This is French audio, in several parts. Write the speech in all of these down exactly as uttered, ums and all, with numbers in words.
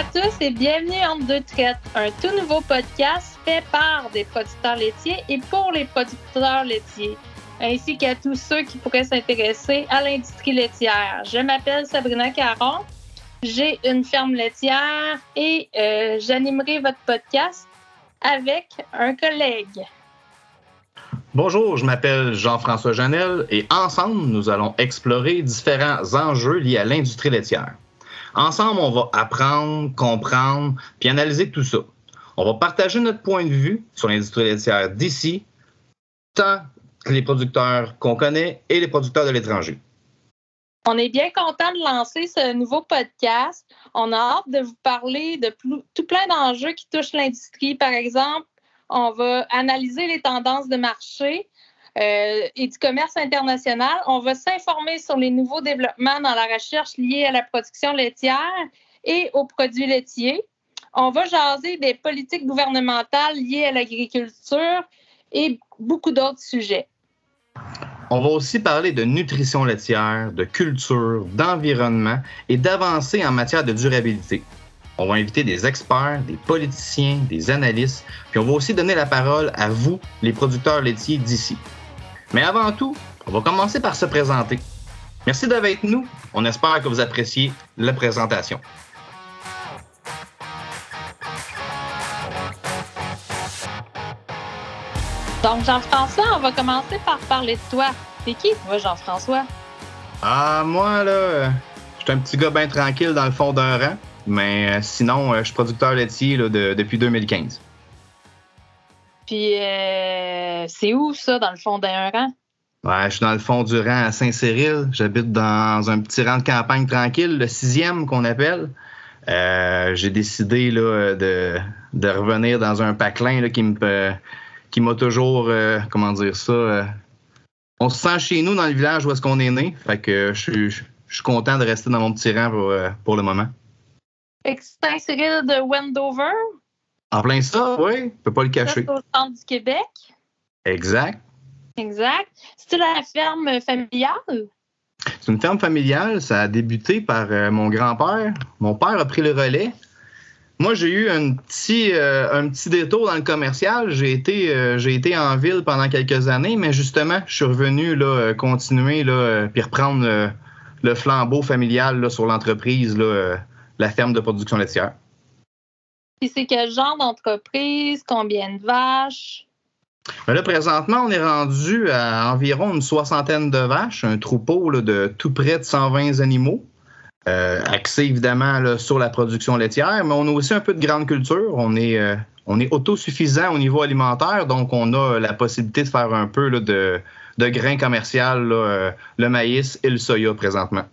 à tous et bienvenue entre deux traites, un tout nouveau podcast fait par des producteurs laitiers et pour les producteurs laitiers, ainsi qu'à tous ceux qui pourraient s'intéresser à l'industrie laitière. Je m'appelle Sabrina Caron, j'ai une ferme laitière et euh, j'animerai votre podcast avec un collègue. Bonjour, je m'appelle Jean-François Janel et ensemble, nous allons explorer différents enjeux liés à l'industrie laitière. Ensemble, on va apprendre, comprendre, puis analyser tout ça. On va partager notre point de vue sur l'industrie laitière d'ici, tant que les producteurs qu'on connaît et les producteurs de l'étranger. On est bien content de lancer ce nouveau podcast. On a hâte de vous parler de plus, tout plein d'enjeux qui touchent l'industrie. Par exemple, on va analyser les tendances de marché euh, et du commerce international. On va s'informer sur les nouveaux développements dans la recherche liée à la production laitière et aux produits laitiers. On va jaser des politiques gouvernementales liées à l'agriculture et beaucoup d'autres sujets. On va aussi parler de nutrition laitière, de culture, d'environnement et d'avancées en matière de durabilité. On va inviter des experts, des politiciens, des analystes, puis on va aussi donner la parole à vous, les producteurs laitiers d'ici. Mais avant tout, on va commencer par se présenter. Merci d'être avec nous. On espère que vous appréciez la présentation. Donc, Jean-François, on va commencer par parler de toi. C'est qui, toi, Jean-François? Ah, moi, là, je suis un petit gars bien tranquille dans le fond d'un rang, mais sinon, je suis producteur laitier là, de, depuis deux mille quinze. Puis, euh, c'est où, ça, dans le fond d'un rang? Ouais, je suis dans le fond du rang à Saint-Cyril. J'habite dans un petit rang de campagne tranquille, le sixième qu'on appelle. Euh, j'ai décidé là, de, de revenir dans un patelin là, qui me... qui m'a toujours, euh, comment dire ça, euh, on se sent chez nous dans le village où est-ce qu'on est né. Fait que je suis, je suis content de rester dans mon petit rang pour, euh, pour le moment. Fait que c'est Saint-Cyril de Wendover. En plein ça, oui, je peux pas le cacher. C'est au centre du Québec. Exact. Exact. C'est la ferme familiale? C'est une ferme familiale. Ça a débuté par euh, mon grand-père. Mon père a pris le relais. Moi, j'ai eu un petit, euh, un petit détour dans le commercial. J'ai été, euh, j'ai été en ville pendant quelques années, mais justement, je suis revenu là, continuer là, euh, puis reprendre euh, le flambeau familial là, sur l'entreprise, là, euh, la ferme de production laitière. Puis c'est quel genre d'entreprise? Combien de vaches? Ben là, présentement, on est rendu à environ une soixantaine de vaches, un troupeau là, de tout près de cent vingt animaux. Euh, axé évidemment là, sur la production laitière, mais on a aussi un peu de grande culture. On est, euh, on est autosuffisant au niveau alimentaire, donc on a la possibilité de faire un peu là, de, de grains commercial, là, euh, le maïs et le soya présentement.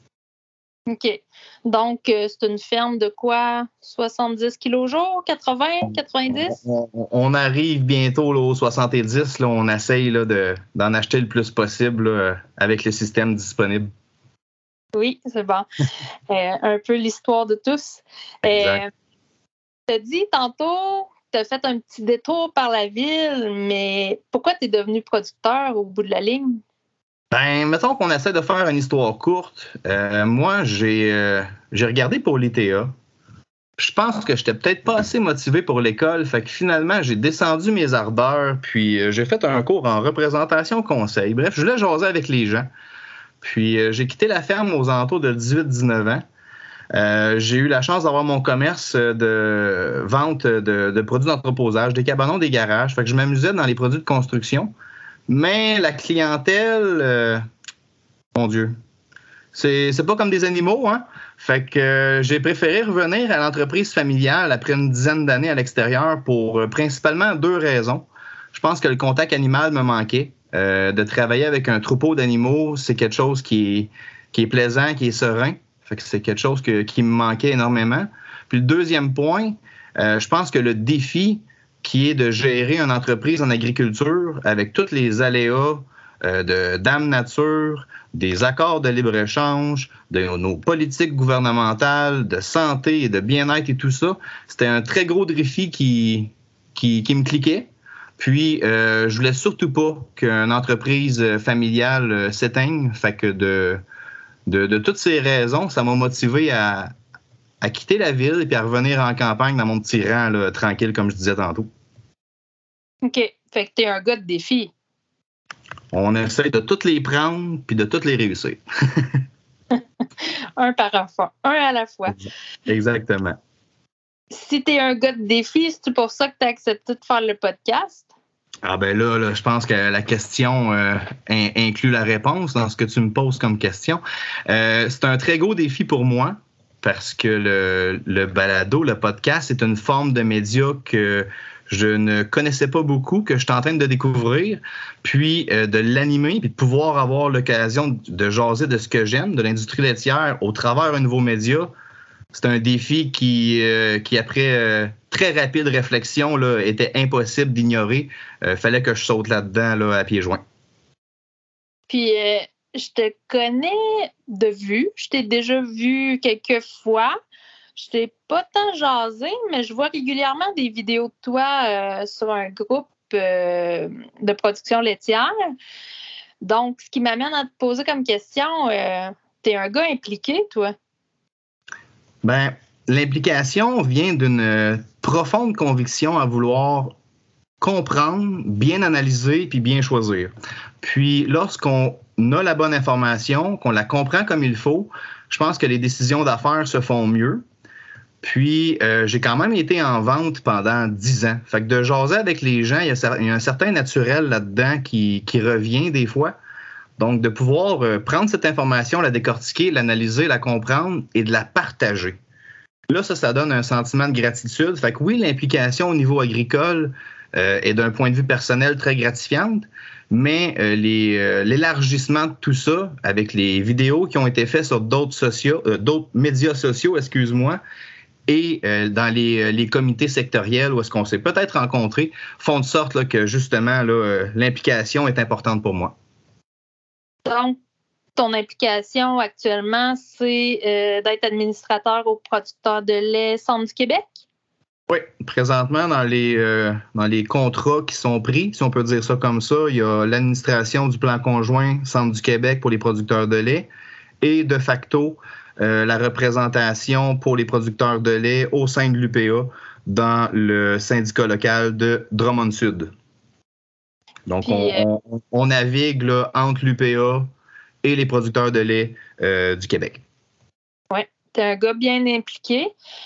OK. Donc, euh, c'est une ferme de quoi? soixante-dix kilos au jour? quatre-vingts? quatre-vingt-dix? On, on, on arrive bientôt là, aux soixante-dix. Là, on essaye là, de, d'en acheter le plus possible là, avec le système disponible. Oui, c'est bon. euh, un peu l'histoire de tous. Euh, tu as dit tantôt, tu as fait un petit détour par la ville, mais pourquoi tu es devenu producteur au bout de la ligne? Ben, mettons qu'on essaie de faire une histoire courte. Euh, moi, j'ai, euh, j'ai regardé pour l'I T A. Je pense que j'étais peut-être pas assez motivé pour l'école, fait que finalement, j'ai descendu mes ardeurs, puis euh, j'ai fait un cours en représentation conseil. Bref, je voulais jaser avec les gens. Puis euh, j'ai quitté la ferme aux alentours de dix-huit dix-neuf ans. Euh, j'ai eu la chance d'avoir mon commerce de vente de, de produits d'entreposage, des cabanons, des garages. Fait que je m'amusais dans les produits de construction. Mais la clientèle, euh, mon Dieu, c'est, c'est pas comme des animaux, hein? Fait que euh, j'ai préféré revenir à l'entreprise familiale après une dizaine d'années à l'extérieur pour euh, principalement deux raisons. Je pense que le contact animal me manquait. Euh, de travailler avec un troupeau d'animaux, c'est quelque chose qui est, qui est plaisant, qui est serein. Fait que c'est quelque chose que, qui me manquait énormément. Puis le deuxième point, euh, je pense que le défi qui est de gérer une entreprise en agriculture avec tous les aléas euh, de Dame Nature, des accords de libre-échange, de nos politiques gouvernementales, de santé et de bien-être et tout ça, c'était un très gros défi qui, qui, qui me cliquait. Puis, euh, je voulais surtout pas qu'une entreprise familiale euh, s'éteigne. Fait que de, de, de toutes ces raisons, ça m'a motivé à, à quitter la ville et puis à revenir en campagne dans mon petit rang, là, tranquille, comme je disais tantôt. OK. Fait que t'es un gars de défi. On essaie de toutes les prendre puis de toutes les réussir. Un par fois. Un à la fois. Exactement. Si t'es un gars de défi, c'est pour ça que t'as accepté de faire le podcast? Ah ben là, là je pense que la question euh, in- inclut la réponse dans ce que tu me poses comme question. Euh, c'est un très gros défi pour moi parce que le, le balado, le podcast, c'est une forme de média que je ne connaissais pas beaucoup, que je suis en train de découvrir, puis euh, de l'animer, puis de pouvoir avoir l'occasion de jaser de ce que j'aime, de l'industrie laitière, au travers d'un nouveau média. C'est un défi qui, euh, qui après euh, très rapide réflexion, là, était impossible d'ignorer. Il euh, fallait que je saute là-dedans là, à pieds joints. Puis, euh, je te connais de vue. Je t'ai déjà vu quelques fois. Je t'ai pas tant jasé, mais je vois régulièrement des vidéos de toi euh, sur un groupe euh, de production laitière. Donc, ce qui m'amène à te poser comme question, euh, t'es un gars impliqué, toi? Ben, l'implication vient d'une profonde conviction à vouloir comprendre, bien analyser puis bien choisir. Puis, lorsqu'on a la bonne information, qu'on la comprend comme il faut, je pense que les décisions d'affaires se font mieux. Puis, euh, j'ai quand même été en vente pendant dix ans. Fait que de jaser avec les gens, il y a, il y a un certain naturel là-dedans qui, qui revient des fois. Donc, de pouvoir euh, prendre cette information, la décortiquer, l'analyser, la comprendre et de la partager. Là, ça, ça donne un sentiment de gratitude. Fait que oui, l'implication au niveau agricole euh, est d'un point de vue personnel très gratifiante, mais euh, les, euh, l'élargissement de tout ça avec les vidéos qui ont été faites sur d'autres, sociaux, euh, d'autres médias sociaux, excuse-moi, et euh, dans les, les comités sectoriels où est-ce qu'on s'est peut-être rencontrés, font de sorte là, que justement là, euh, l'implication est importante pour moi. Donc, ton implication actuellement, c'est euh, d'être administrateur au producteur de lait Centre du Québec? Oui, présentement, dans les, euh, dans les contrats qui sont pris, si on peut dire ça comme ça, il y a l'administration du plan conjoint Centre du Québec pour les producteurs de lait et de facto, euh, la représentation pour les producteurs de lait au sein de l'U P A dans le syndicat local de Drummond-Sud. Donc, Puis, on, on, on navigue là, entre l'U P A et les producteurs de lait euh, du Québec. Oui, tu es un gars bien impliqué.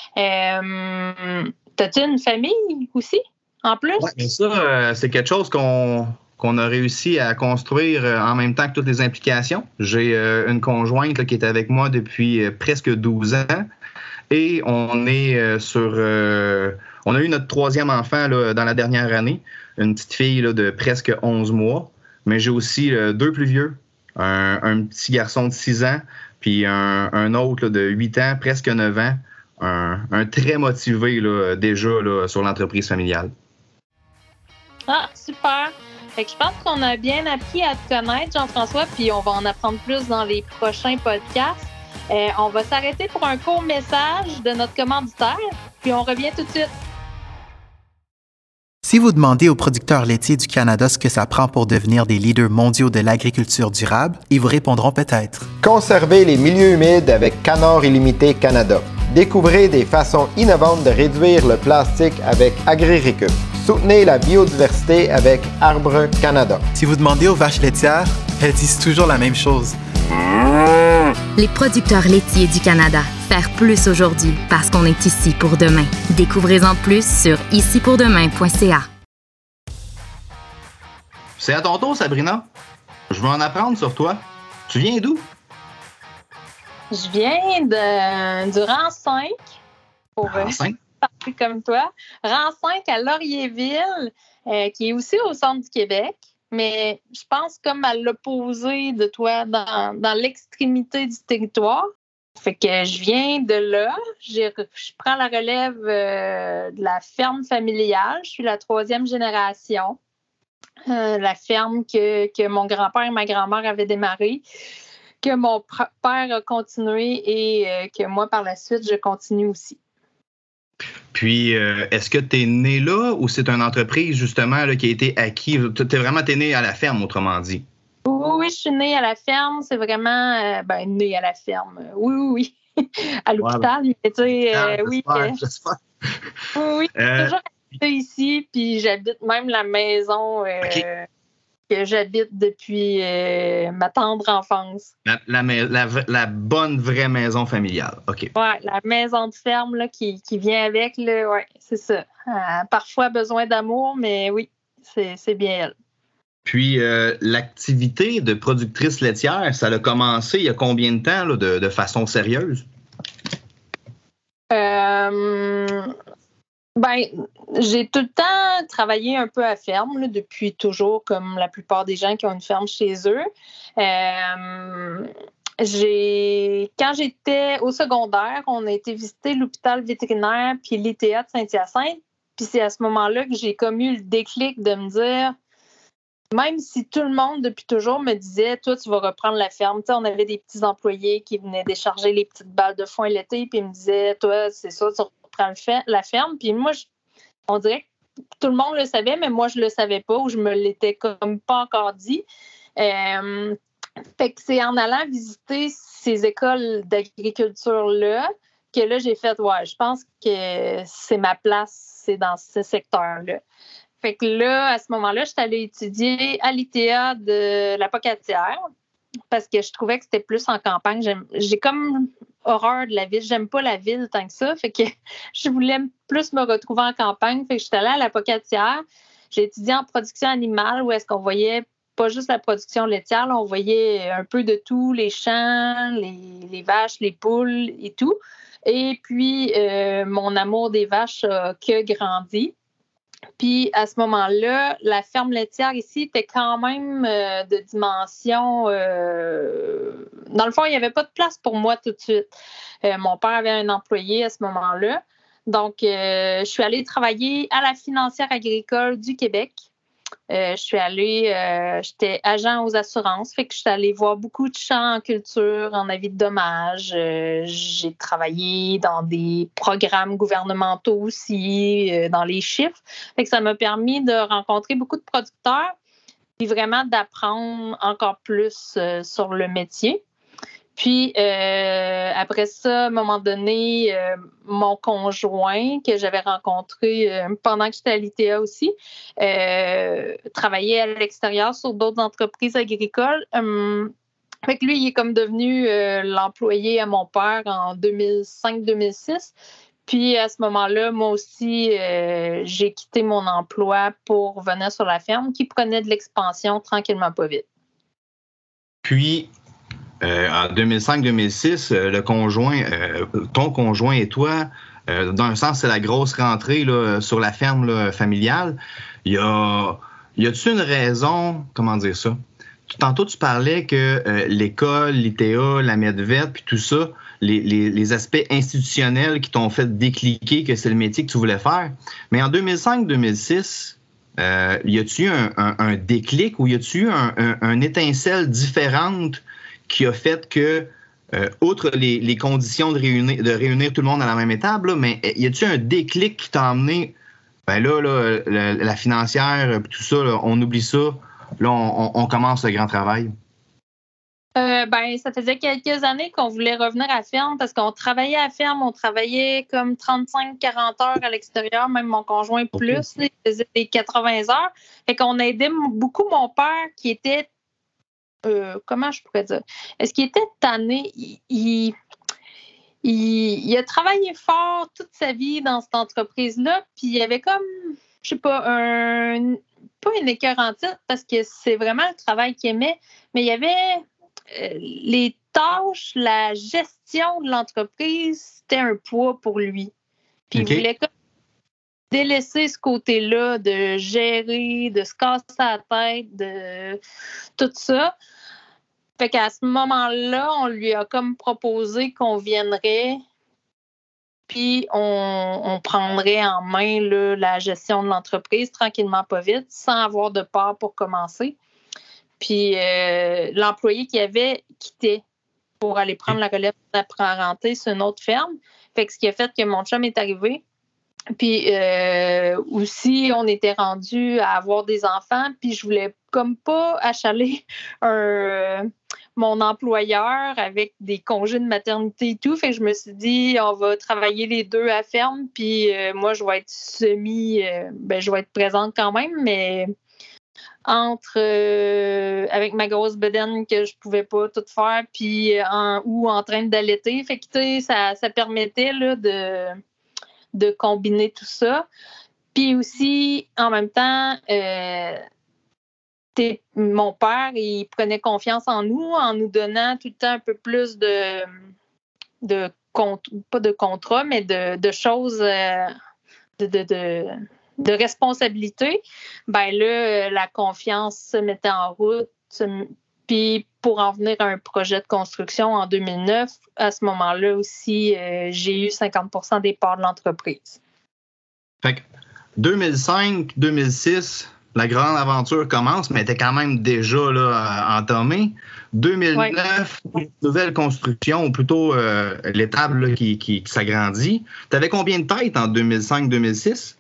Euh, T'as-tu une famille aussi, en plus? Oui, ça, euh, c'est quelque chose qu'on, qu'on a réussi à construire euh, en même temps que toutes les implications. J'ai euh, une conjointe là, qui est avec moi depuis euh, presque douze ans et on est euh, sur... Euh, on a eu notre troisième enfant là, dans la dernière année, une petite fille là, de presque onze mois, mais j'ai aussi euh, deux plus vieux, un, un petit garçon de six ans, puis un, un autre là, de huit ans, presque neuf ans, un, un très motivé là, déjà là, sur l'entreprise familiale. Ah, super! Fait que je pense qu'on a bien appris à te connaître, Jean-François, puis on va en apprendre plus dans les prochains podcasts. Euh, on va s'arrêter pour un court message de notre commanditaire, puis on revient tout de suite. Si vous demandez aux producteurs laitiers du Canada ce que ça prend pour devenir des leaders mondiaux de l'agriculture durable, ils vous répondront peut-être. Conservez les milieux humides avec Canard Illimité Canada. Découvrez des façons innovantes de réduire le plastique avec AgriRécup. Soutenez la biodiversité avec Arbre Canada. Si vous demandez aux vaches laitières, elles disent toujours la même chose. Les producteurs laitiers du Canada. Faire plus aujourd'hui parce qu'on est ici pour demain. Découvrez-en plus sur ici pour demain point c a. C'est à ton tour, Sabrina. Je veux en apprendre sur toi. Tu viens d'où? Je viens de, du rang cinq. Pour rang cinq? Parler comme toi. Rang cinq à Laurierville, euh, qui est aussi au centre du Québec. Mais je pense comme à l'opposé de toi, dans, dans l'extrémité du territoire. Fait que je viens de là. J'ai, je prends la relève euh, de la ferme familiale. Je suis la troisième génération. Euh, la ferme que, que mon grand-père et ma grand-mère avaient démarrée, que mon père a continué et euh, que moi, par la suite, je continue aussi. Puis, euh, est-ce que tu es né là ou c'est une entreprise, justement, là, qui a été acquise? Tu es vraiment t'es né à la ferme, autrement dit? Oui, oui, je suis née à la ferme. C'est vraiment... Euh, ben, née à la ferme. Oui, oui, à l'hôpital. Ouais, mais tu sais, euh, oui. J'espère, j'espère. Oui, j'ai euh... toujours habité ici, puis j'habite même la maison euh, okay. que j'habite depuis euh, ma tendre enfance. La, la, la, la bonne, vraie maison familiale, OK. Oui, la maison de ferme là, qui, qui vient avec, là, ouais, c'est ça. Euh, parfois besoin d'amour, mais oui, c'est, c'est bien elle. Puis, euh, l'activité de productrice laitière, ça a commencé il y a combien de temps, là, de, de façon sérieuse? Euh, ben, j'ai tout le temps travaillé un peu à ferme, là, depuis toujours, comme la plupart des gens qui ont une ferme chez eux. Euh, j'ai, quand j'étais au secondaire, on a été visiter l'hôpital vétérinaire puis l'I T A de Saint-Hyacinthe. Puis c'est à ce moment-là que j'ai comme eu le déclic de me dire, même si tout le monde depuis toujours me disait, toi, tu vas reprendre la ferme. Tu sais, on avait des petits employés qui venaient décharger les petites balles de foin l'été, puis ils me disaient, toi, c'est ça, tu reprends le fer- la ferme. Puis moi, je, on dirait que tout le monde le savait, mais moi, je le savais pas ou je me l'étais comme pas encore dit. Euh, fait que c'est en allant visiter ces écoles d'agriculture-là que là, j'ai fait, ouais, je pense que c'est ma place, c'est dans ce secteur-là. Fait que là, à ce moment-là, je suis allée étudier à l'I T A de la Pocatière parce que je trouvais que c'était plus en campagne. J'aime, j'ai comme horreur de la ville. J'aime pas la ville tant que ça. Fait que je voulais plus me retrouver en campagne. Fait que je suis allée à la Pocatière. J'ai étudié en production animale où est-ce qu'on voyait pas juste la production laitière, là, on voyait un peu de tout, les champs, les, les vaches, les poules et tout. Et puis, euh, mon amour des vaches a que grandi. Puis, à ce moment-là, la ferme laitière ici était quand même euh, de dimension... Euh... Dans le fond, il n'y avait pas de place pour moi tout de suite. Euh, mon père avait un employé à ce moment-là. Donc, euh, je suis allée travailler à la Financière agricole du Québec. Euh, je suis allée, euh, j'étais agent aux assurances, fait que je suis allée voir beaucoup de champs en culture, en avis de dommages. Euh, j'ai travaillé dans des programmes gouvernementaux aussi, euh, dans les chiffres. Fait que ça m'a permis de rencontrer beaucoup de producteurs et vraiment d'apprendre encore plus euh, sur le métier. Puis, euh, après ça, à un moment donné, euh, mon conjoint que j'avais rencontré euh, pendant que j'étais à l'I T A aussi, euh, travaillait à l'extérieur sur d'autres entreprises agricoles. Hum, fait que lui, il est comme devenu euh, l'employé à mon père en deux mille cinq deux mille six. Puis, à ce moment-là, moi aussi, euh, j'ai quitté mon emploi pour venir sur la ferme qui prenait de l'expansion tranquillement pas vite. Puis... Euh, en deux mille cinq deux mille six, euh, le conjoint, euh, ton conjoint et toi, euh, dans un sens, c'est la grosse rentrée là, sur la ferme là, familiale. Il y a, y a-t-il une raison, comment dire ça? Tantôt, tu parlais que euh, l'école, l'I T A, la Medvet, puis tout ça, les, les, les aspects institutionnels qui t'ont fait décliquer que c'est le métier que tu voulais faire. Mais en deux mille cinq deux mille six, euh, y a-t-il eu un, un, un déclic ou y a-t-il eu un, un, un étincelle différente qui a fait que, euh, outre les, les conditions de réunir, de réunir tout le monde à la même étable, là, mais y a-t-il un déclic qui t'a emmené, ben là, là la, la financière, tout ça, là, on oublie ça, là, on, on commence le grand travail? Euh, ben, ça faisait quelques années qu'on voulait revenir à la ferme parce qu'on travaillait à la ferme, on travaillait comme trente-cinq à quarante heures à l'extérieur, même mon conjoint plus, okay. Il faisait des quatre-vingts heures. Fait qu'on aidait beaucoup mon père qui était Euh, comment je pourrais dire? Est-ce qu'il était tanné? Il, il, il, il a travaillé fort toute sa vie dans cette entreprise-là, puis il y avait comme, je sais pas, un, pas une écœur en titre, parce que c'est vraiment le travail qu'il aimait, mais il y avait euh, les tâches, la gestion de l'entreprise, c'était un poids pour lui. Puis okay. Il voulait comme délaisser ce côté-là de gérer, de se casser la tête, de tout ça. Fait qu'à ce moment-là, on lui a comme proposé qu'on viendrait puis on, on prendrait en main là, la gestion de l'entreprise tranquillement pas vite, sans avoir de part pour commencer. Puis euh, l'employé qui avait quitté pour aller prendre la relève d'apprenti sur une autre ferme. Fait que ce qui a fait que mon chum est arrivé. Puis euh, aussi, on était rendu à avoir des enfants, puis je voulais comme pas achaler un, mon employeur avec des congés de maternité et tout. Fait que je me suis dit, on va travailler les deux à ferme, puis euh, moi, je vais être semi... Euh, ben, je vais être présente quand même, mais entre... Euh, avec ma grosse bedaine que je pouvais pas tout faire, puis en, ou en train d'allaiter. Fait que, tu sais, ça, ça permettait là, de, de combiner tout ça. Puis aussi, en même temps... Euh, mon père, il prenait confiance en nous en nous donnant tout le temps un peu plus de, de pas de contrat, mais de, de choses, euh, de, de, de, de responsabilités. Ben là, la confiance se mettait en route. Puis pour en venir à un projet de construction en deux mille neuf, à ce moment-là aussi, euh, j'ai eu cinquante pour cent des parts de l'entreprise. Fait que deux mille cinq deux mille six, la grande aventure commence, mais elle était quand même déjà là, entamée. deux mille neuf, ouais. Nouvelle construction, ou plutôt euh, l'étable là, qui, qui, qui s'agrandit. Tu avais combien de têtes en deux mille cinq deux mille six?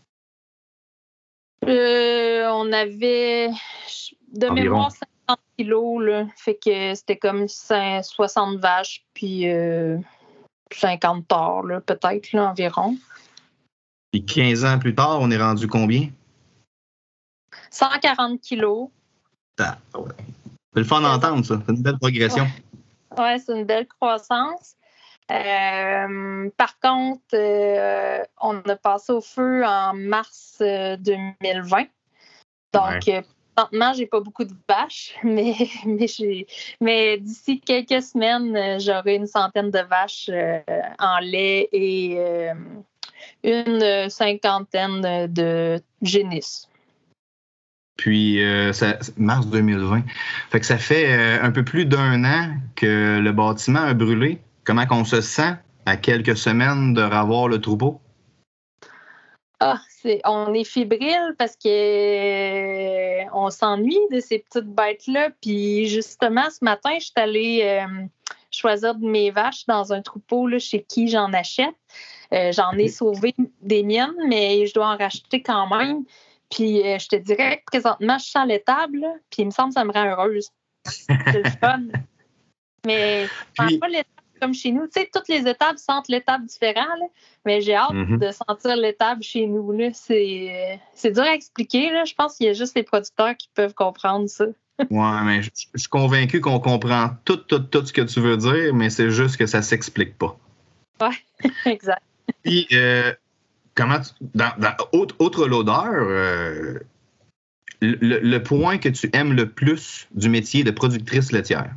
Euh, on avait de Environ. mémoire cinquante kilos. Là, fait que c'était comme soixante vaches, puis euh, cinquante tares, là, peut-être, là, environ. Puis quinze ans plus tard, on est rendu combien? cent quarante kilos. Ah, ouais. C'est le fun d'entendre, ça. C'est une belle progression. Oui, ouais, c'est une belle croissance. Euh, par contre, euh, on a passé au feu en mars euh, deux mille vingt. Donc, ouais. euh, présentement, j'ai pas beaucoup de vaches, mais, mais, j'ai, mais d'ici quelques semaines, euh, j'aurai une centaine de vaches euh, en lait et euh, une cinquantaine de génisses. Puis, euh, ça, mars deux mille vingt. Fait que ça fait euh, un peu plus d'un an que le bâtiment a brûlé. Comment qu'on se sent à quelques semaines de revoir le troupeau? Ah, c'est, on est fébrile parce que euh, on s'ennuie de ces petites bêtes-là. Puis justement, ce matin, je suis allée euh, choisir de mes vaches dans un troupeau là, chez qui j'en achète. Euh, j'en ai sauvé des miennes, mais je dois en racheter quand même. Puis euh, je te dirais que présentement, je sens l'étable, là, puis il me semble que ça me rend heureuse. C'est le fun. Mais je ne sens pas l'étable comme chez nous. Tu sais, toutes les étables sentent l'étable différent, là, mais j'ai hâte mm-hmm. de sentir l'étable chez nous. Là. C'est, c'est dur à expliquer. Là. Je pense qu'il y a juste les producteurs qui peuvent comprendre ça. Oui, mais je, je suis convaincu qu'on comprend tout, tout, tout ce que tu veux dire, mais c'est juste que ça ne s'explique pas. Oui, exact. Puis, euh, comment tu, dans, dans, autre, autre l'odeur, euh, le, le point que tu aimes le plus du métier de productrice laitière?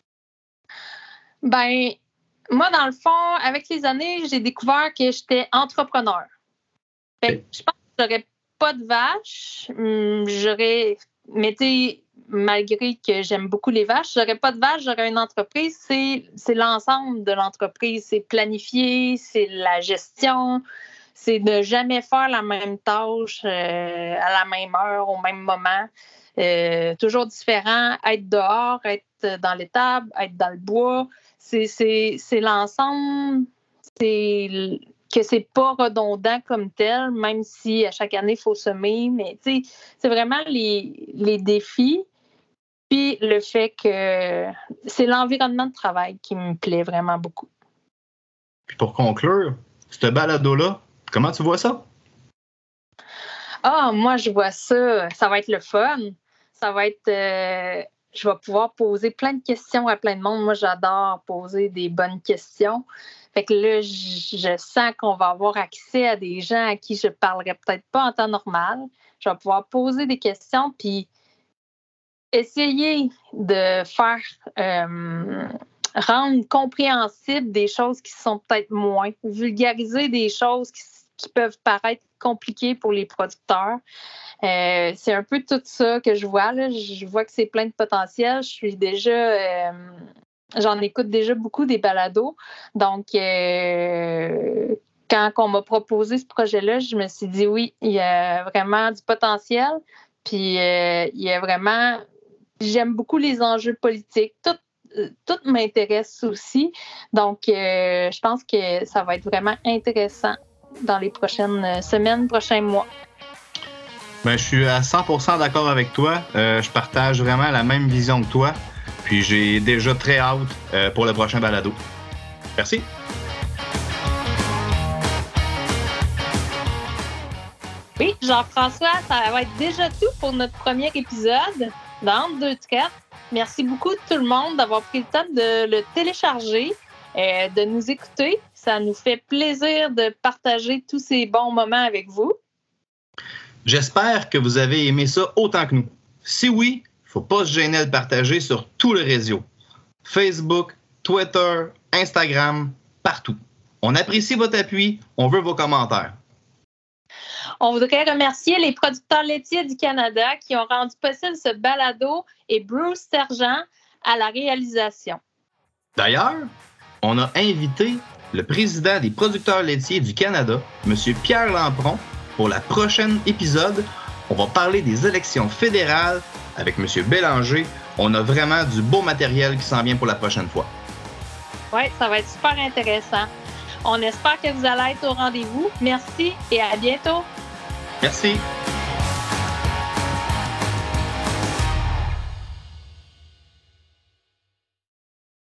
Ben, moi, dans le fond, avec les années, j'ai découvert que j'étais entrepreneur. Fait que je pense que j'aurais pas de vaches. J'aurais, mais tu sais, malgré que j'aime beaucoup les vaches, j'aurais pas de vaches, j'aurais une entreprise. C'est, c'est l'ensemble de l'entreprise. C'est planifier, c'est la gestion, c'est ne jamais faire la même tâche euh, à la même heure, au même moment. Euh, toujours différent, être dehors, être dans l'étable, être dans le bois. C'est, c'est, c'est l'ensemble, c'est que c'est pas redondant comme tel, même si à chaque année, il faut semer. Mais tu sais, c'est vraiment les, les défis. Puis le fait que c'est l'environnement de travail qui me plaît vraiment beaucoup. Puis pour conclure, ce balado-là, comment tu vois ça? Ah, moi, je vois ça, ça va être le fun. Ça va être... Euh, je vais pouvoir poser plein de questions à plein de monde. Moi, j'adore poser des bonnes questions. Fait que là, je, je sens qu'on va avoir accès à des gens à qui je ne parlerais peut-être pas en temps normal. Je vais pouvoir poser des questions puis essayer de faire... Euh, rendre compréhensible des choses qui sont peut-être moins, vulgariser des choses qui, qui peuvent paraître compliquées pour les producteurs. Euh, c'est un peu tout ça que je vois. Là. Je vois que c'est plein de potentiel. Je suis déjà... Euh, j'en écoute déjà beaucoup des balados. Donc, euh, quand on m'a proposé ce projet-là, je me suis dit oui, il y a vraiment du potentiel. Puis, euh, il y a vraiment... J'aime beaucoup les enjeux politiques. Tout Tout m'intéresse aussi. Donc, euh, je pense que ça va être vraiment intéressant dans les prochaines semaines, prochains mois. Ben, je suis à cent pour cent d'accord avec toi. Euh, je partage vraiment la même vision que toi. Puis j'ai déjà très hâte euh, pour le prochain balado. Merci. Oui, Jean-François, ça va être déjà tout pour notre premier épisode dans deux quatre. Merci beaucoup tout le monde d'avoir pris le temps de le télécharger, euh, de nous écouter. Ça nous fait plaisir de partager tous ces bons moments avec vous. J'espère que vous avez aimé ça autant que nous. Si oui, il ne faut pas se gêner de le partager sur tous les réseaux. Facebook, Twitter, Instagram, partout. On apprécie votre appui, on veut vos commentaires. On voudrait remercier les producteurs laitiers du Canada qui ont rendu possible ce balado et Bruce Sergent à la réalisation. D'ailleurs, on a invité le président des producteurs laitiers du Canada, M. Pierre Lampron, pour la prochaine épisode. On va parler des élections fédérales avec M. Bélanger. On a vraiment du beau matériel qui s'en vient pour la prochaine fois. Oui, ça va être super intéressant. On espère que vous allez être au rendez-vous. Merci et à bientôt. Merci.